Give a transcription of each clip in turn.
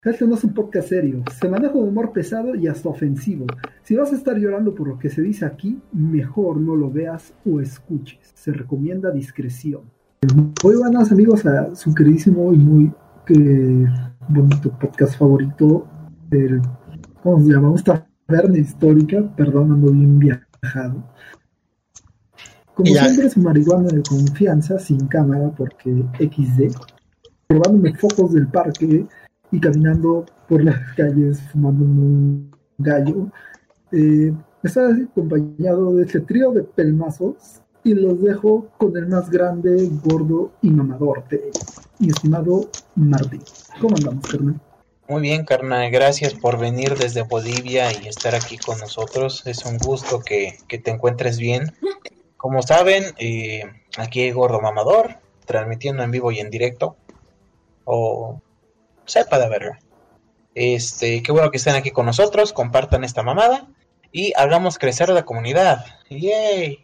Este no es un podcast serio, se maneja un humor pesado y hasta ofensivo. Si vas a estar llorando por lo que se dice aquí, mejor no lo veas o escuches. Se recomienda discreción. Muy buenas amigos a su queridísimo y muy bonito podcast favorito, el, ¿cómo se llama? Taberna Histórica, perdón, ando bien viajado. Como siempre, su marihuana de confianza, sin cámara, porque XD, probándome focos del parque y caminando por las calles fumando un gallo. Está acompañado de este trío de pelmazos y los dejo con el más grande, gordo y mamador de ellos, mi estimado Martín. ¿Cómo andamos, carnal? Muy bien, carnal, gracias por venir desde Bolivia y estar aquí con nosotros. Es un gusto que te encuentres bien. Como saben, aquí Gordo Mamador, transmitiendo en vivo y en directo. O sepa de verga. Qué bueno que estén aquí con nosotros, compartan esta mamada y hagamos crecer la comunidad. ¡Yay!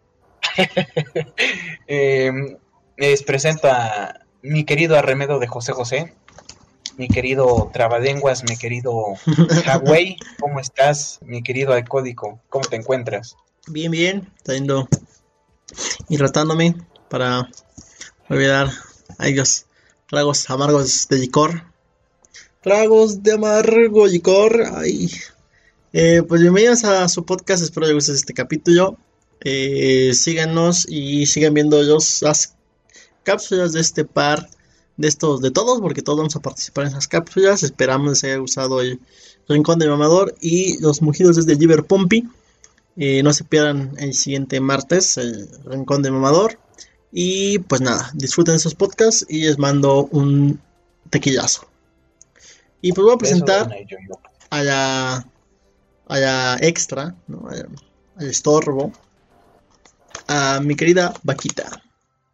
Les presento a mi querido arremedo de José José, mi querido Trabalenguas, mi querido Hawái. ¿Cómo estás, mi querido Alcohólico? ¿Cómo te encuentras? Bien, está hidratándome para olvidar aquellos tragos amargos de licor. Tragos de amargo licor. Ay. Pues bienvenidos a su podcast, espero les guste este capítulo. Síganos y sigan viendo las cápsulas de este par, de todos, porque todos vamos a participar en esas cápsulas. Esperamos les haya gustado el Rincón del Mamador y los mugidos desde Liber Pompi. No se pierdan el siguiente martes el Rincón del Mamador. Y pues nada, disfruten esos podcasts y les mando un tequillazo. Y pues voy a presentar a la extra, ¿no? Al estorbo, a mi querida Vaquita.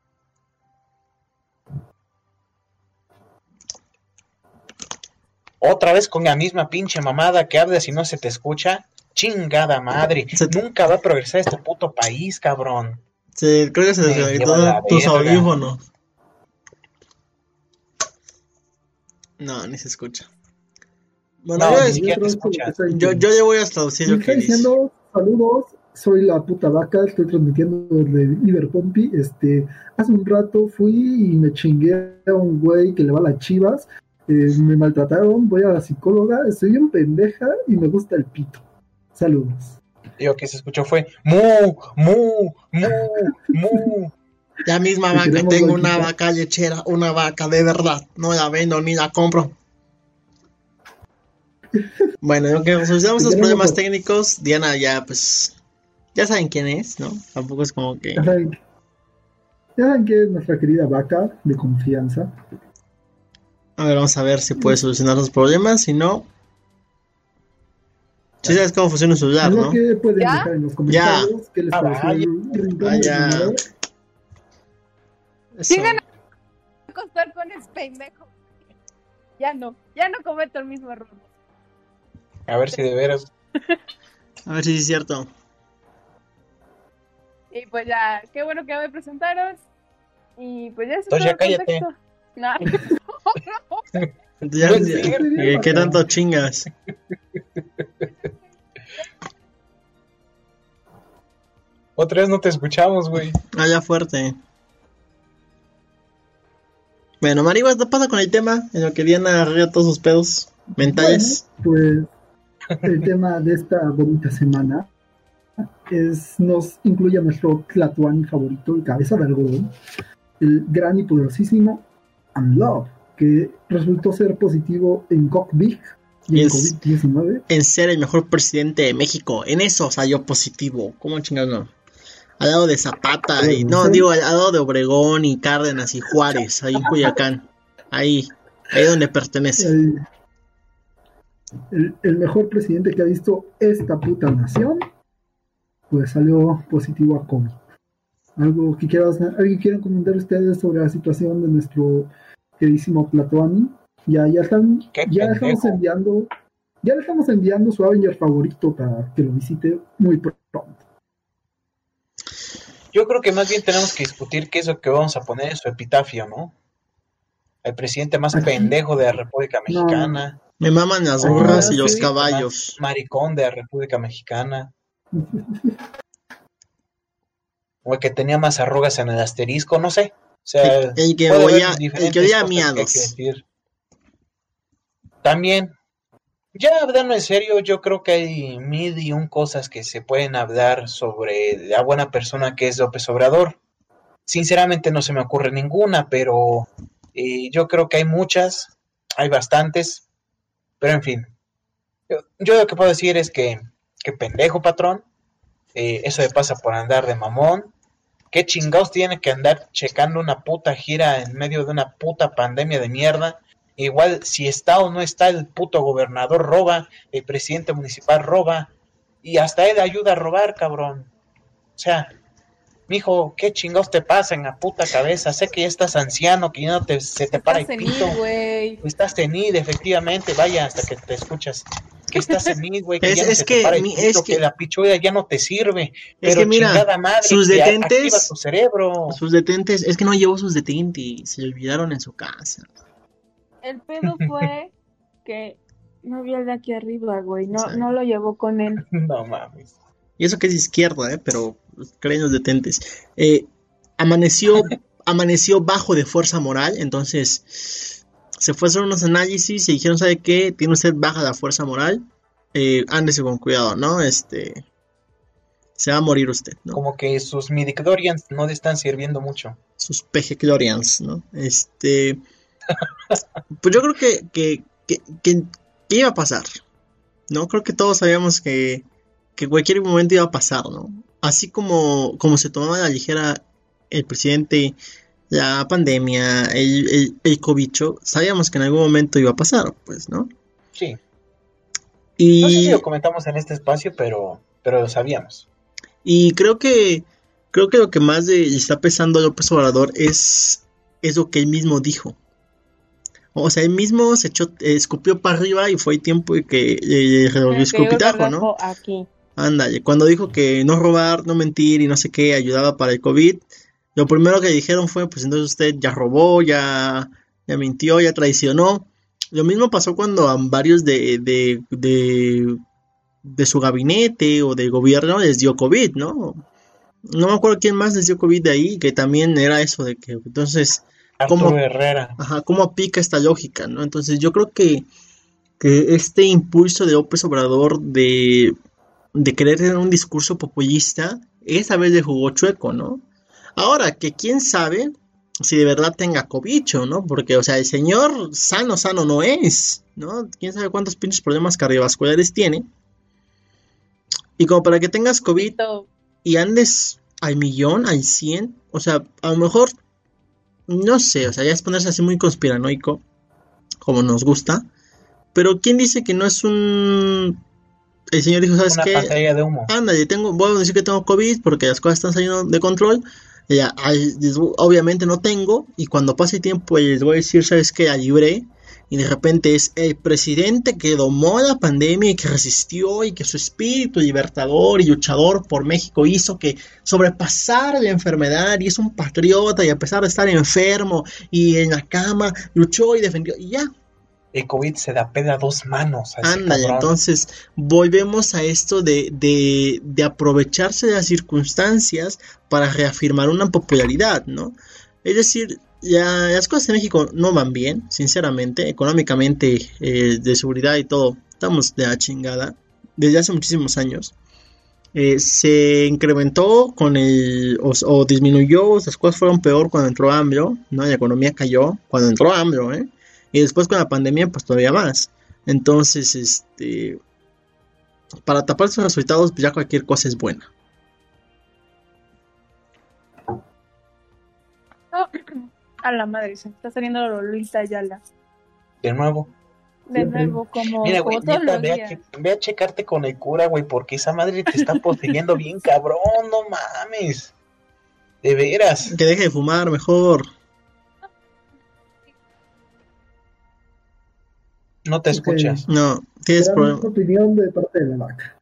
Otra vez con la misma pinche mamada que hablas y no se te escucha. Chingada madre. Nunca va a progresar este puto país, cabrón. Sí, creo que se desconectó tus audífonos. No, ni se escucha. Bueno, no, ni siquiera te escuchas. Yo le voy a traducir lo que dice. Diciendo, saludos, soy la puta vaca, estoy transmitiendo desde Liber Pompi. Hace un rato fui y me chingué a un güey que le va a las Chivas. Me maltrataron, voy a la psicóloga, estoy bien pendeja y me gusta el pito. Saludos. Lo que se escuchó fue mu, mu, mu, mu. La misma vaca, tengo una vaca lechera, una vaca de verdad, no la vendo ni la compro. Bueno, aunque solucionamos los problemas técnicos, Diana ya saben quién es, ¿no? Tampoco es como que... Ya saben que es nuestra querida vaca de confianza. A ver, vamos a ver si puede solucionar los problemas, si no... Sí sabes cómo funciona un celular, ¿no? Que pueden dejar en los comentarios qué les pareció el Rincón del Mamador. Sigan a acostar con ese pendejo. Ya no cometo el mismo error. A ver si de veras. A ver si es cierto. Y pues ya, qué bueno que me presentaron. Y pues ya se entonces ya cállate. No. ¿Qué tanto chingas? Otra vez no te escuchamos, güey. Ya fuerte. Bueno, Maribas, ¿qué pasa con el tema? En lo que Diana arregla todos sus pedos mentales. Bueno, pues el tema de esta bonita semana nos incluye a nuestro Tlatoani favorito, el cabeza de algodón, el gran y poderosísimo Unlove, que resultó ser positivo en COVID y en COVID-19. En ser el mejor presidente de México. En eso salió positivo. ¿Cómo chingados no? Al lado de Zapata, al lado de Obregón y Cárdenas y Juárez, ahí en Culiacán. Ahí donde pertenece. El mejor presidente que ha visto esta puta nación, pues salió positivo a COVID. ¿Algo que quieran comentar ustedes sobre la situación de nuestro queridísimo Tlatoani? Ya le estamos enviando su Avenger favorito para que lo visite muy pronto. Yo creo que más bien tenemos que discutir qué es lo que vamos a poner en su epitafio, ¿no? el presidente más ¿Aquí? pendejo de la República No. Mexicana, Me maman las Ah, burras y sí. los presidente más caballos. maricón de la República Mexicana, o el que tenía más arrugas en el asterisco, no sé. O sea, El que puede haber olía diferentes cosas que hay que miados. decir. También, ya hablando en serio, yo creo que hay mil y un cosas que se pueden hablar sobre la buena persona que es López Obrador. Sinceramente no se me ocurre ninguna, pero yo creo que hay muchas, hay bastantes, pero en fin. Yo lo que puedo decir es que pendejo, patrón. Eso le pasa por andar de mamón. ¿Qué chingados tiene que andar checando una puta gira en medio de una puta pandemia de mierda? Igual si está o no está, el puto gobernador roba, el presidente municipal roba, y hasta él ayuda a robar, cabrón. O sea, mijo, ¿qué chingados te pasa en la puta cabeza? Sé que ya estás anciano, que ya no se te para el Estás pito. senil, güey. Estás senil, efectivamente, vaya, hasta que te escuchas. Que estás senil, güey, que ya no Es se que te para el mi- pito, es que que- la pichuela ya no te sirve. Es Pero que mira, chingada madre, sus que detentes- activa tu cerebro. Sus detentes, es que no llevó sus detentes, se le olvidaron en su casa. El pedo fue que no vio el de aquí arriba, güey. No, Sí. no lo llevó con él. No mames. Y eso que es izquierda, pero creen los detentes. Amaneció bajo de fuerza moral, entonces se fue a hacer unos análisis y dijeron, ¿sabe qué? Tiene usted baja la fuerza moral, ándese con cuidado, ¿no? Se va a morir usted, ¿no? Como que sus midichlorians no le están sirviendo mucho. Sus pejeclorians, ¿no? Pues yo creo que iba a pasar, ¿no? Creo que todos sabíamos que cualquier momento iba a pasar, ¿no? Así como se tomaba a la ligera el presidente, la pandemia, el cobicho, sabíamos que en algún momento iba a pasar, pues, ¿no? Sí. No sé si Y, lo comentamos en este espacio, pero lo sabíamos. y creo que lo que más le está pesando a López Obrador es lo que él mismo dijo. O sea, él mismo se escupió para arriba y fue tiempo de que le revolvió Que llegó el escupitajo, ¿no? gargajo aquí. Ándale, cuando dijo que no robar, no mentir y no sé qué ayudaba para el COVID, lo primero que dijeron fue, pues entonces usted ya robó, ya mintió, ya traicionó. Lo mismo pasó cuando a varios de su gabinete o del gobierno les dio COVID, ¿no? No me acuerdo quién más les dio COVID de ahí, que también era eso de que, entonces, Arturo Herrera. ¿cómo aplica esta lógica, no? Entonces yo creo que este impulso de López Obrador de querer tener un discurso populista, esa vez le jugó chueco, ¿no? Ahora, que quién sabe si de verdad tenga cobicho, ¿no? Porque, o sea, el señor sano no es, ¿no? Quién sabe cuántos pinches problemas cardiovasculares tiene. Y como para que tengas COVID y andes al millón, al 100, o sea, a lo mejor, no sé, o sea, ya es ponerse así muy conspiranoico, como nos gusta, pero ¿quién dice que no es un... El señor dijo, ¿sabes qué? Una pantalla de humo. Ándale, voy a decir que tengo COVID porque las cosas están saliendo de control. Ya, obviamente no tengo, y cuando pase el tiempo les voy a decir, ¿sabes qué? La libré, y de repente es el presidente que domó la pandemia y que resistió, y que su espíritu libertador y luchador por México hizo que sobrepasara la enfermedad, y es un patriota, y a pesar de estar enfermo y en la cama, luchó y defendió, y ya. El COVID se da peda a dos manos. Ándale, entonces volvemos a esto de aprovecharse de las circunstancias para reafirmar una popularidad, ¿no? Es decir, las cosas en México no van bien, sinceramente, económicamente, de seguridad y todo, estamos de la chingada, desde hace muchísimos años. Se incrementó o disminuyó, las cosas fueron peor cuando entró AMLO, ¿no? La economía cayó cuando entró AMLO, y después con la pandemia, pues todavía más. Entonces, para tapar esos resultados, pues ya cualquier cosa es buena. A la madre, se está saliendo Lolita Ayala. De nuevo. De nuevo, como, mira, como güey, todos neta, los días. ve a checarte con el cura, güey, porque esa madre te está poseyendo bien cabrón, no mames. De veras. Que deje de fumar mejor. No te escuchas. No, tienes Esperamos problema. opinión de parte de la vaca.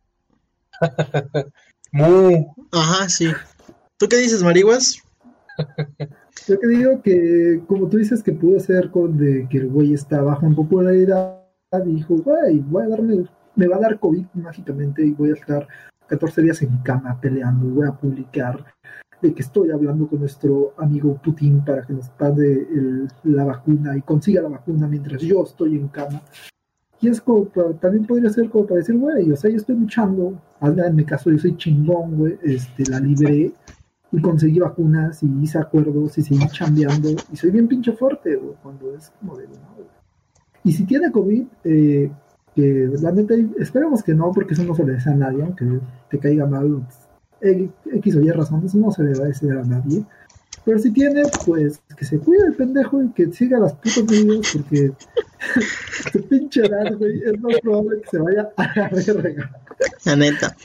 Mu. Ajá, sí. ¿Tú qué dices, Marihuas? Yo que digo que, como tú dices que pudo ser con de que el güey está bajo en popularidad, dijo, güey, me va a dar COVID mágicamente y voy a estar 14 días en cama peleando, voy a publicar de que estoy hablando con nuestro amigo Putin para que nos pague la vacuna y consiga la vacuna mientras yo estoy en cama. Y es como, también podría ser como para decir, güey, o sea, yo estoy luchando, en mi caso yo soy chingón, güey, la libré y conseguí vacunas y hice acuerdos y seguí chambeando y soy bien pinche fuerte, güey, cuando es como de, no, güey. Y si tiene COVID, que realmente esperemos que no, porque eso no se le desea a nadie, aunque te caiga mal, X o Y razones, no se le va a desear a nadie. Pero si tiene, pues que se cuide el pendejo y que siga las putas medidas, porque su pinche edad, güey, es más probable que se vaya a la verga. La neta.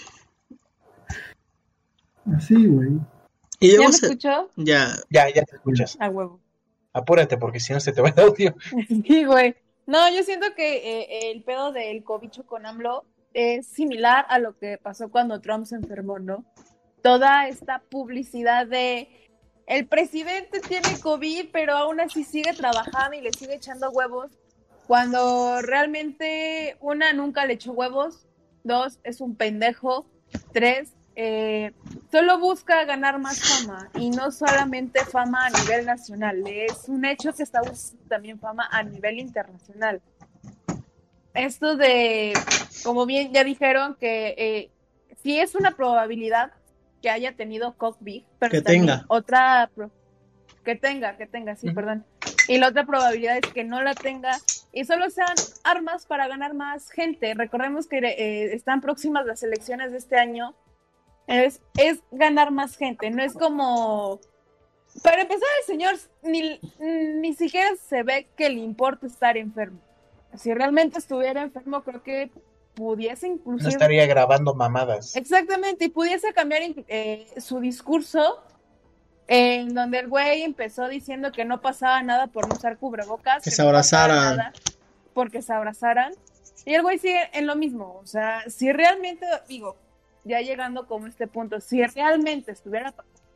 Así, güey. Y ¿Ya me luego escuchó? ya, Ya te escuchas. A huevo. Apúrate porque si no se te va el audio. Sí, güey. No, yo siento que el pedo del cobicho con AMLO es similar a lo que pasó cuando Trump se enfermó, ¿no? Toda esta publicidad de el presidente tiene COVID, pero aún así sigue trabajando y le sigue echando huevos, cuando realmente, una, nunca le echó huevos, dos, es un pendejo, tres, solo busca ganar más fama, y no solamente fama a nivel nacional, es un hecho que está buscando también fama a nivel internacional. Esto de, como bien ya dijeron, que sí es una probabilidad que haya tenido COVID, pero que también tenga. que tenga, sí, perdón. Y la otra probabilidad es que no la tenga y solo sean armas para ganar más gente. Recordemos que están próximas las elecciones de este año. Es ganar más gente, no es como... Para empezar, el señor ni siquiera se ve que le importa estar enfermo. Si realmente estuviera enfermo, creo que pudiese incluso... No estaría grabando mamadas. Exactamente, y pudiese cambiar su discurso, en donde el güey empezó diciendo que no pasaba nada por no usar cubrebocas, Que se no pasaba abrazaran. nada porque se abrazaran, y el güey sigue en lo mismo. O sea, si realmente, digo, ya llegando como a este punto, si realmente estuviera...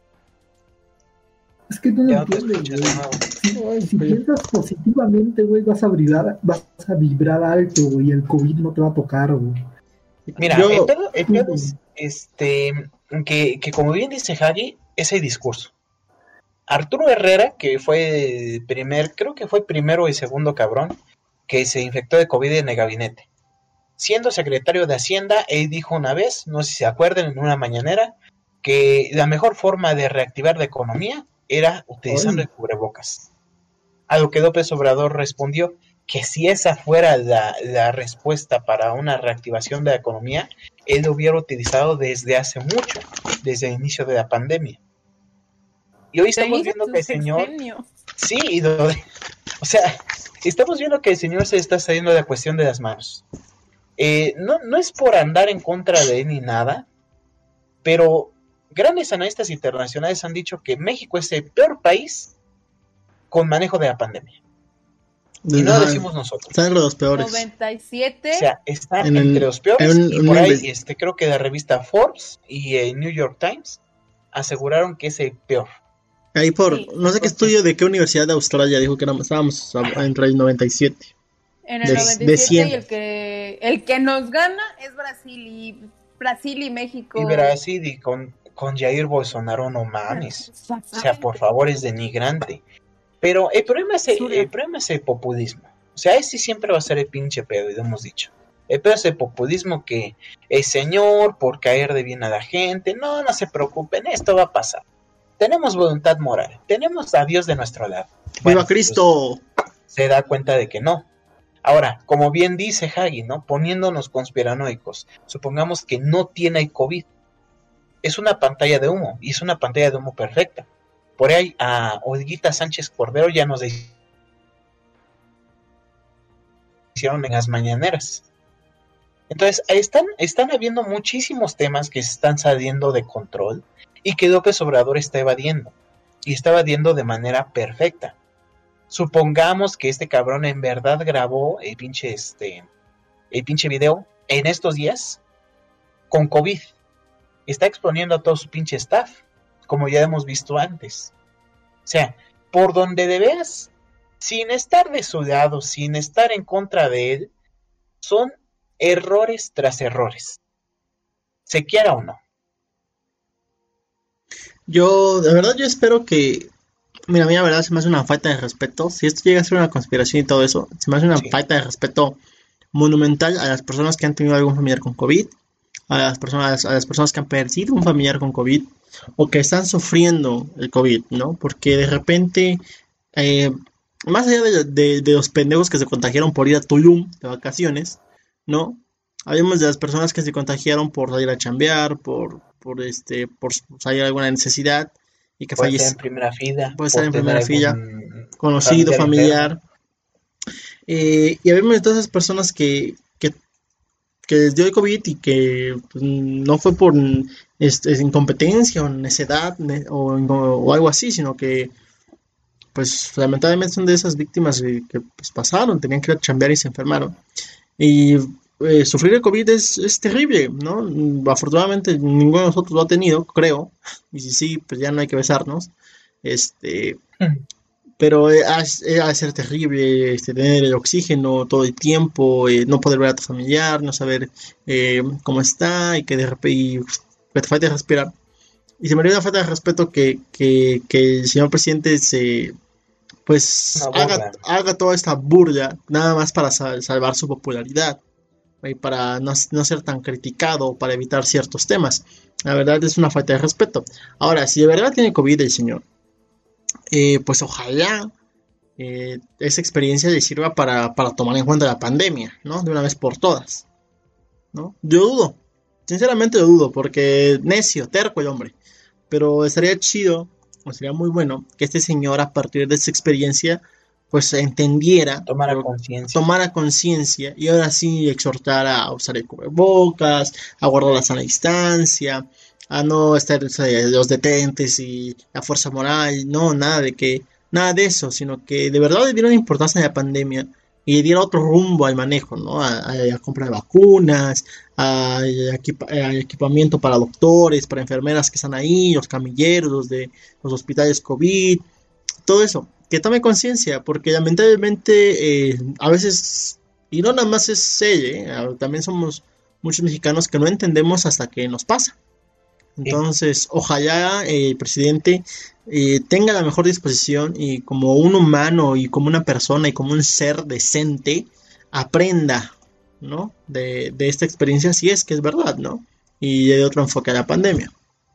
Es que tú no Ya no te entiendes, escuchas de nuevo. güey. Si piensas positivamente, güey, vas a vibrar alto, güey, y el COVID no te va a tocar, güey. Mira, Yo- el pedo es que como bien dice Hagi, ese discurso. Arturo Herrera, que fue creo que fue primero y segundo cabrón que se infectó de COVID en el gabinete. Siendo secretario de Hacienda, él dijo una vez, no sé si se acuerdan, en una mañanera, que la mejor forma de reactivar la economía era utilizando el cubrebocas. A lo que López Obrador respondió que si esa fuera la respuesta para una reactivación de la economía, él lo hubiera utilizado desde hace mucho, desde el inicio de la pandemia. Y hoy estamos viendo que el señor... Sí, o sea, estamos viendo que el señor se está saliendo de la cuestión de las manos. No es por andar en contra de él ni nada, pero grandes analistas internacionales han dicho que México es el peor país con manejo de la pandemia. Y no lo decimos nosotros. Está entre los peores. 97. O sea, está entre los peores. Y por ahí creo que la revista Forbes y el New York Times aseguraron que es el peor. Ahí por, Sí. no sé qué estudio de qué universidad de Australia dijo que estábamos entre el 97. En el de 97 100. y el que nos gana es Brasil y México. Y Brasil y con Jair Bolsonaro, no mames. O sea, por favor, es denigrante. Pero el problema es el populismo. O sea, ese siempre va a ser el pinche pedo, y lo hemos dicho. El pedo es el populismo, que el señor, por caer de bien a la gente, no se preocupen, esto va a pasar. Tenemos voluntad moral, tenemos a Dios de nuestro lado. Bueno, ¡Viva Cristo! pues, se da cuenta de que no. Ahora, como bien dice Hagi, ¿no? Poniéndonos conspiranoicos, supongamos que no tiene el COVID. Es una pantalla de humo, y es una pantalla de humo perfecta. Por ahí a Olguita Sánchez Cordero ya nos hicieron en las mañaneras. Entonces, están habiendo muchísimos temas que se están saliendo de control y que López Obrador está evadiendo. Y está evadiendo de manera perfecta. Supongamos que este cabrón en verdad grabó el pinche video en estos días con COVID. Está exponiendo a todo su pinche staff, como ya hemos visto antes. O sea, por donde de veas, sin estar de su lado, sin estar en contra de él, son errores tras errores, se quiera o no. Yo, de verdad, yo espero que. Mira, a mí la verdad se me hace una falta de respeto. Si esto llega a ser una conspiración y todo eso, se me hace una Sí. falta de respeto monumental a las personas que han tenido algún familiar con COVID, a las personas que han perdido un familiar con COVID o que están sufriendo el COVID, ¿no? Porque de repente, eh, más allá de los pendejos que se contagiaron por ir a Tulum de vacaciones, ¿no? Hablemos de las personas que se contagiaron por salir a chambear, por salir a alguna necesidad y que Puede estar en falleció, primera fila, puede estar por en tener primera fila, algún conocido, familiar enfermo. familiar, y hablemos de todas esas personas que les dio el COVID y que pues, no fue por incompetencia o necedad o algo así, sino que pues lamentablemente son de esas víctimas que pues, pasaron, tenían que ir a chambear y se enfermaron. Y sufrir el COVID es terrible, ¿no? Afortunadamente ninguno de nosotros lo ha tenido, creo, y si sí, pues ya no hay que besarnos. Este, pero ha de ser terrible tener el oxígeno todo el tiempo, no poder ver a tu familiar, no saber cómo está y que de repente que te falte respirar. Y se me dio una falta de respeto que el señor presidente pues Una burla. haga toda esta burla nada más para salvar su popularidad y para no ser tan criticado, para evitar ciertos temas. La verdad es una falta de respeto. Ahora, si de verdad tiene COVID el señor, pues ojalá esa experiencia le sirva para tomar en cuenta la pandemia, ¿no? De una vez por todas, ¿no? Yo dudo, sinceramente lo dudo, porque necio, terco el hombre. Pero estaría chido, o sería muy bueno, que este señor a partir de esa experiencia, pues entendiera, tomara conciencia y ahora sí exhortara a usar el cubrebocas, a guardar la sana distancia, a no estar los detentes y la fuerza moral, no, nada de eso, sino que de verdad le diera una importancia a la pandemia y le diera otro rumbo al manejo, ¿no? A la compra de vacunas, al equipamiento para doctores, para enfermeras que están ahí, los camilleros, los hospitales COVID, todo eso, que tome conciencia, porque lamentablemente a veces, y no nada más es él, también somos muchos mexicanos que no entendemos hasta que nos pasa. Entonces, ojalá el presidente tenga la mejor disposición y como un humano y como una persona y como un ser decente, aprenda, ¿no? De esta experiencia, si es que es verdad, ¿no? Y de otro enfoque a la pandemia.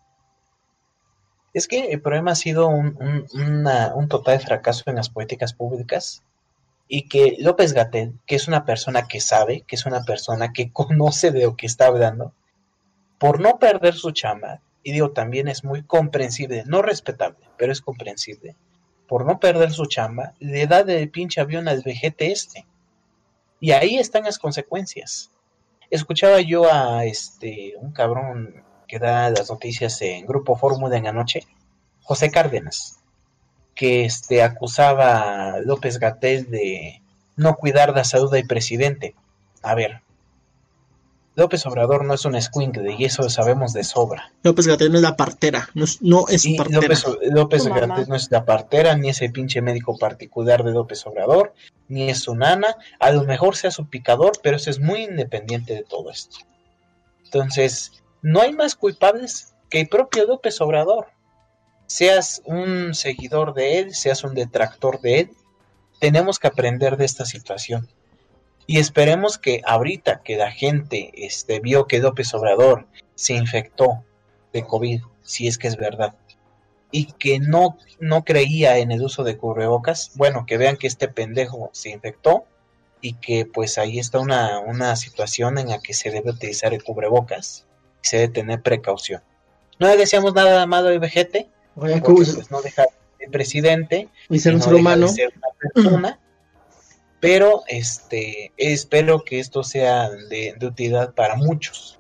Es que el problema ha sido un total fracaso en las políticas públicas y que López-Gatell, que es una persona que sabe, que es una persona que conoce de lo que está hablando, por no perder su chamba, y digo, también es muy comprensible, no respetable, pero es comprensible, por no perder su chamba, le da de pinche avión al vejete y ahí están las consecuencias. Escuchaba yo a un cabrón que da las noticias en Grupo Fórmula en la noche, José Cárdenas, que acusaba a López-Gatell de no cuidar la salud del presidente. A ver, López Obrador no es un escuincle y eso lo sabemos de sobra. López-Gatell no es la partera, no es su Y partera. López-Gatell no es la partera, ni es el pinche médico particular de López Obrador, ni es su nana, a lo mejor sea su picador, pero eso es muy independiente de todo esto. Entonces, no hay más culpables que el propio López Obrador. Seas un seguidor de él, seas un detractor de él, tenemos que aprender de esta situación. Y esperemos que ahorita que la gente vio que López Obrador se infectó de COVID, si es que es verdad, y que no creía en el uso de cubrebocas, bueno, que vean que este pendejo se infectó y que pues ahí está una situación en la que se debe utilizar el cubrebocas y se debe tener precaución. No le deseamos nada malo al vejete, porque pues no deja de ser presidente y ser un no ser humano, de ser una persona, pero espero que esto sea de utilidad para muchos.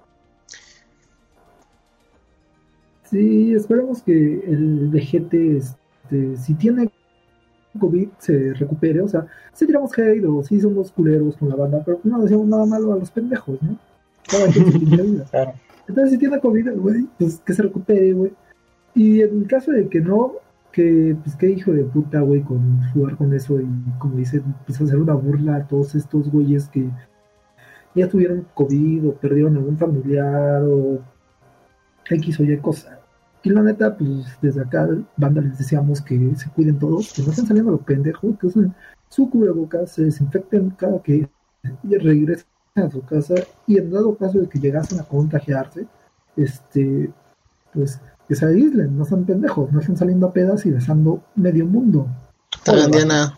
Sí, esperemos que el vejete, si tiene COVID, se recupere. O sea, sí tiramos hate o sí somos culeros con la banda, pero no decimos nada malo a los pendejos, ¿no? Cada quien su pinche vida. Claro. Entonces, si tiene COVID, güey, pues que se recupere, güey. Y en el caso de que no, que, pues qué hijo de puta, güey, con jugar con eso y como dicen, pues hacer una burla a todos estos güeyes que ya tuvieron COVID o perdieron algún familiar o X o Y cosa. Y la neta, pues desde acá, banda, les deseamos que se cuiden todos, que no estén saliendo los pendejos, que usen su cubrebocas, se desinfecten cada que regresen a su casa y en dado caso de que llegasen a contagiarse, pues que se aíslen, no sean pendejos, no estén saliendo a pedas y besando medio mundo. Hola, Diana.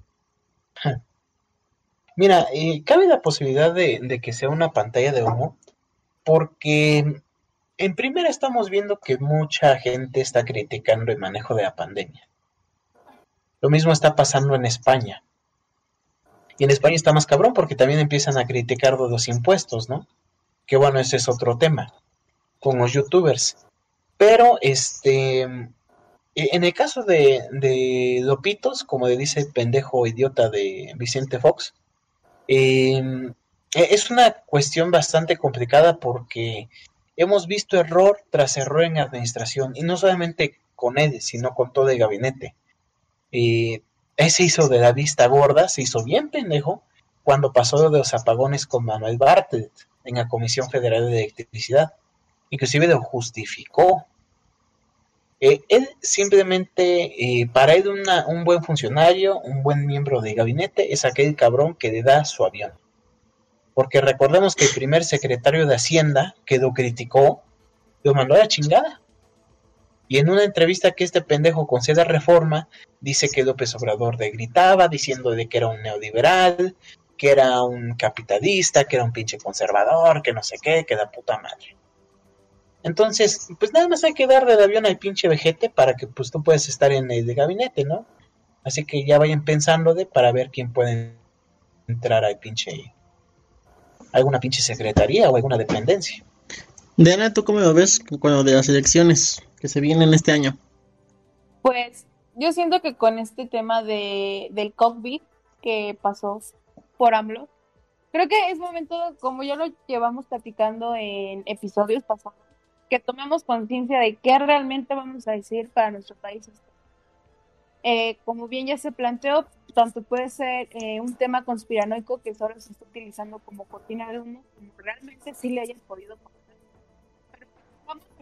Mira, cabe la posibilidad de que sea una pantalla de humo, porque en primera estamos viendo que mucha gente está criticando el manejo de la pandemia. Lo mismo está pasando en España. Y en España está más cabrón porque también empiezan a criticar de los impuestos, ¿no? Que bueno, ese es otro tema con los youtubers. Pero en el caso de Lopitos, como le dice el pendejo idiota de Vicente Fox, es una cuestión bastante complicada porque hemos visto error tras error en administración, y no solamente con él, sino con todo el gabinete. Él se hizo de la vista gorda, se hizo bien pendejo cuando pasó de los apagones con Manuel Bartlett en la Comisión Federal de Electricidad. Inclusive lo justificó. Él simplemente, para él un buen funcionario, un buen miembro de gabinete, es aquel cabrón que le da su avión. Porque recordemos que el primer secretario de Hacienda que lo criticó, lo mandó a la chingada. Y en una entrevista que este pendejo concede a Reforma, dice que López Obrador le gritaba, diciendo de que era un neoliberal, que era un capitalista, que era un pinche conservador, que no sé qué, que da puta madre. Entonces, pues nada más hay que dar del avión al pinche vejete para que pues tú puedas estar en el gabinete, ¿no? Así que ya vayan pensando para ver quién puede entrar al pinche, alguna pinche secretaría o alguna dependencia. Diana, ¿tú cómo lo ves con lo de las elecciones que se vienen este año? Pues yo siento que con este tema del COVID que pasó por AMLO, creo que es momento, como ya lo llevamos platicando en episodios pasados, que tomemos conciencia de qué realmente vamos a decir para nuestro país. Como bien ya se planteó, tanto puede ser un tema conspiranoico que solo se está utilizando como cortina de humo, como realmente sí le hayan podido pasar. Pero vamos a...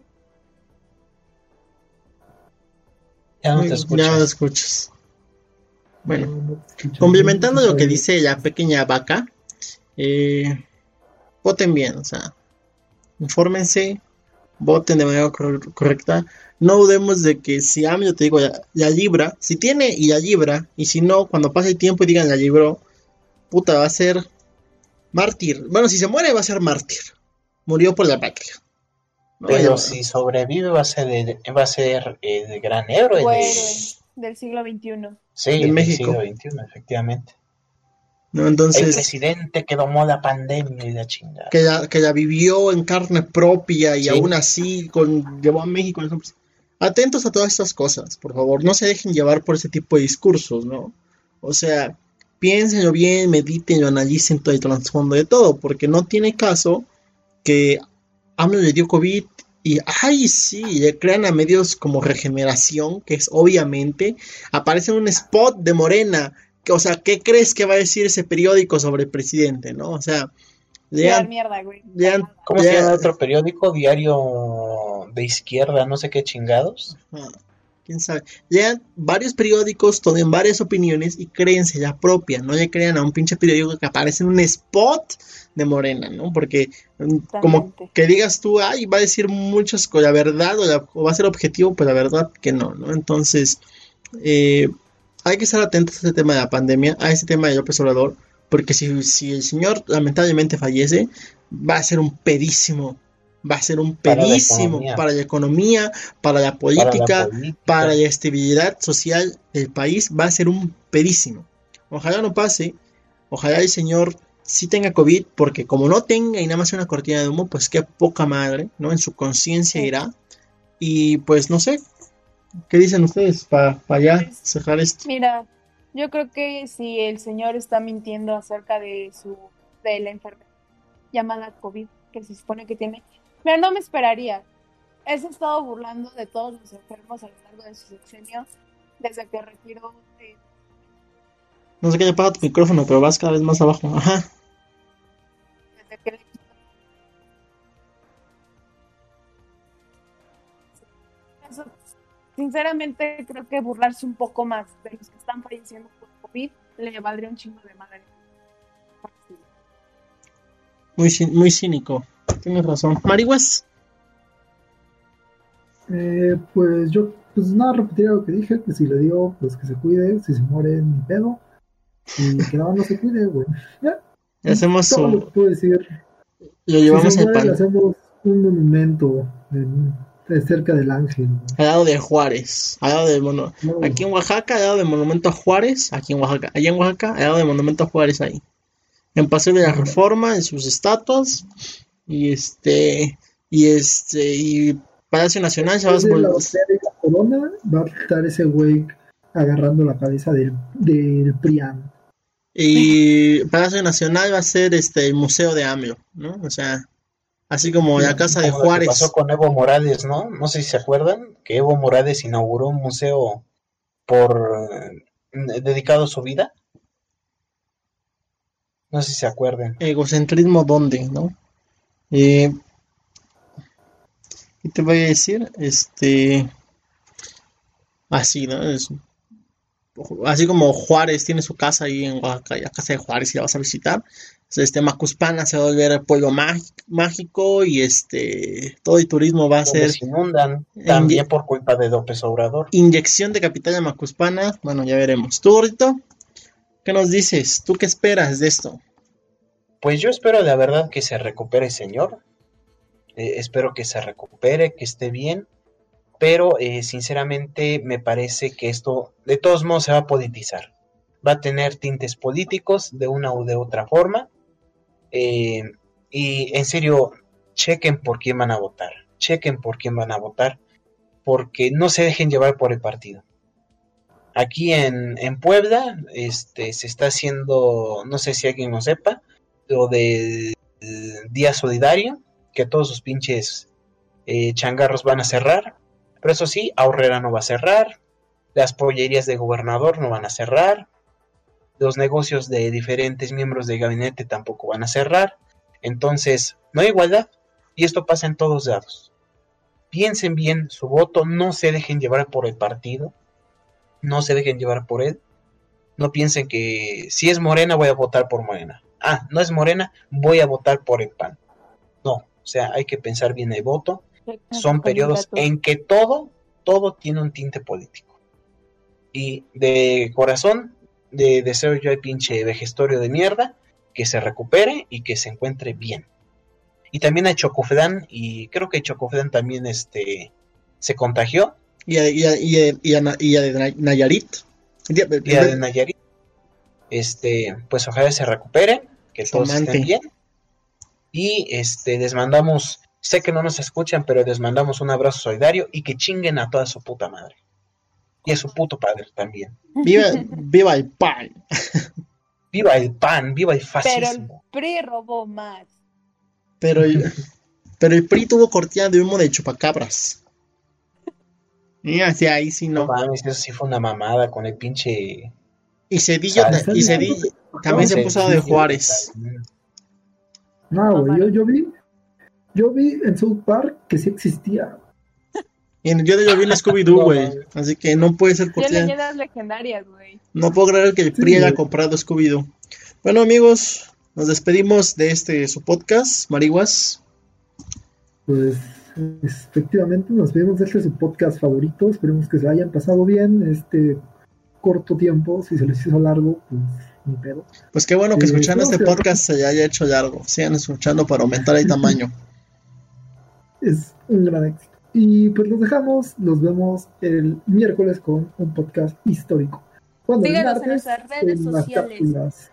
Ya no te escuchas. Ya no te escuchas. Bueno, complementando lo que dice la pequeña vaca, voten bien, o sea, infórmense, voten de manera correcta. No dudemos de que si AMLO, te digo, ya libra, si tiene y ya libra, y si no, cuando pase el tiempo y digan ya libró, puta, va a ser mártir. Bueno, si se muere va a ser mártir. Murió por la patria. No, pero si sobrevive va a ser el gran héroe del siglo XXI. Sí, de México. Del siglo XXI, efectivamente. No, entonces, el presidente que domó la pandemia y la chingada. Que la vivió en carne propia y sí, aún así llevó a México. Atentos a todas estas cosas, por favor. No se dejen llevar por ese tipo de discursos, ¿no? O sea, piénsenlo bien, medítenlo, analicen todo el trasfondo de todo, porque no tiene caso que AMLO le dio COVID y, ay, sí, le crean a medios como Regeneración, que es obviamente, aparece en un spot de Morena. O sea, ¿qué crees que va a decir ese periódico sobre el presidente, no? O sea, mierda, güey. ¿Cómo se llama otro periódico? Diario de izquierda, no sé qué chingados. Quién sabe. Lean varios periódicos, tomen varias opiniones y créense la propia. No le crean a un pinche periódico que aparece en un spot de Morena, ¿no? Porque como que digas tú, ay, va a decir muchas cosas, la verdad, o va a ser objetivo, pues la verdad que no, ¿no? Entonces, hay que estar atentos a este tema de la pandemia, a este tema de López Obrador, porque si el señor lamentablemente fallece, va a ser un pedísimo para la economía, para la política, para la estabilidad social del país, va a ser un pedísimo. Ojalá no pase, ojalá el señor sí tenga COVID, porque como no tenga y nada más una cortina de humo, pues qué poca madre, ¿no? En su conciencia irá, y pues no sé, ¿qué dicen ustedes para ya cerrar esto? Mira, yo creo que si el señor está mintiendo acerca de la enfermedad llamada COVID, que se supone que tiene, pero no me esperaría. Él se ha estado burlando de todos los enfermos a lo largo de su sexenio, desde que retiró No sé qué le pasa a tu micrófono, pero vas cada vez más abajo. Ajá. desde que le quitó. Eso, sinceramente, creo que burlarse un poco más de los que están falleciendo por COVID le valdría un chingo de madre. Muy cínico. Tienes razón. Marihuas. Pues yo, pues nada, repetiría lo que dije, que si le dio, pues que se cuide, si se muere, ni pedo, y que no se cuide, güey. Ya, Le hacemos todo lo que puedo decir. Lo Si llevamos se al muere, le pan. hacemos un monumento cerca del ángel, güey. Al lado de Juárez. Al lado del No, Aquí en Oaxaca, al lado del monumento a Juárez. Aquí en Oaxaca. Allá en Oaxaca, al lado del monumento a Juárez ahí. En Paseo de la Reforma, en sus estatuas. Y y Palacio Nacional se va a después de la volver. batalla de la corona, va a estar ese güey agarrando la cabeza del PRIAN. Y Palacio Nacional va a ser el museo de AMLO, ¿no? O sea, así como la casa de Como lo que pasó Juárez. con Evo Morales, ¿no? No sé si se acuerdan que Evo Morales inauguró un museo dedicado a su vida. No sé si se acuerdan. Egocentrismo, ¿dónde, no? ¿Qué te voy a decir? Así, ¿no? Así como Juárez tiene su casa ahí en Oaxaca, la casa de Juárez, y la vas a visitar. Macuspana se va a volver el pueblo mágico y todo el turismo va a Donde ser se inundan también por culpa de López Obrador. inyección de capital a Macuspana. Bueno, ya veremos. ¿Tú, Gordito? ¿Qué nos dices? ¿Tú qué esperas de esto? Pues yo espero de verdad que se recupere el señor. Espero que se recupere, que esté bien. Pero sinceramente me parece que esto de todos modos se va a politizar. Va a tener tintes políticos de una u de otra forma. Y en serio, chequen por quién van a votar. Chequen por quién van a votar. Porque no se dejen llevar por el partido. Aquí en Puebla se está haciendo, no sé si alguien lo sepa, lo del Día Solidario, que todos sus pinches changarros van a cerrar. Pero eso sí, Aurrera no va a cerrar, las pollerías de gobernador no van a cerrar, los negocios de diferentes miembros del gabinete tampoco van a cerrar. Entonces, no hay igualdad, y esto pasa en todos lados. Piensen bien su voto, no se dejen llevar por el partido, no se dejen llevar por él. No piensen que si es Morena voy a votar por Morena. Ah, no es Morena, voy a votar por el PAN. No, o sea, hay que pensar bien el voto. Son periodos en que todo tiene un tinte político. Y de corazón, deseo yo al pinche vejestorio de mierda que se recupere y que se encuentre bien. Y también a Chocofedán, y creo que Chocofedán también se contagió. Y a de Nayarit. Y a de Nayarit. Pues ojalá se recupere, que todos estén bien. Y les mandamos, sé que no nos escuchan, pero les mandamos un abrazo solidario y que chinguen a toda su puta madre. Y a su puto padre también. Viva el PAN. Viva el PAN, viva el fascismo. Pero el PRI robó más. Pero el PRI tuvo cortina de humo de chupacabras. Y así ahí sí no. No mames, eso sí fue una mamada con el pinche. Y Cedillo también se puso de Juárez. No, güey, yo vi en South Park que sí existía. Yo vi en Scooby-Doo, güey. Así que no puede ser cortina. Tiene leyendas legendarias, güey. No puedo creer que el PRI haya comprado Scooby-Doo. Bueno, amigos, nos despedimos de su podcast, Marihuas. Pues efectivamente nos despedimos de su podcast favorito. Esperemos que se hayan pasado bien este corto tiempo. Si se les hizo largo, pues ni pedo. Pues qué bueno que escuchando este podcast se haya hecho largo. Sigan escuchando para aumentar el tamaño. Es un gran éxito. Y pues los dejamos, nos vemos el miércoles con un podcast histórico. Síganos en nuestras redes sociales.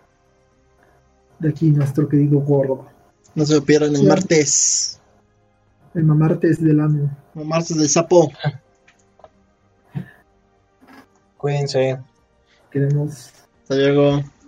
De aquí nuestro querido Gordo. No se lo pierdan el martes. El mamartes del ano. Mamartes del sapo. Cuídense. Queremos. Hasta luego.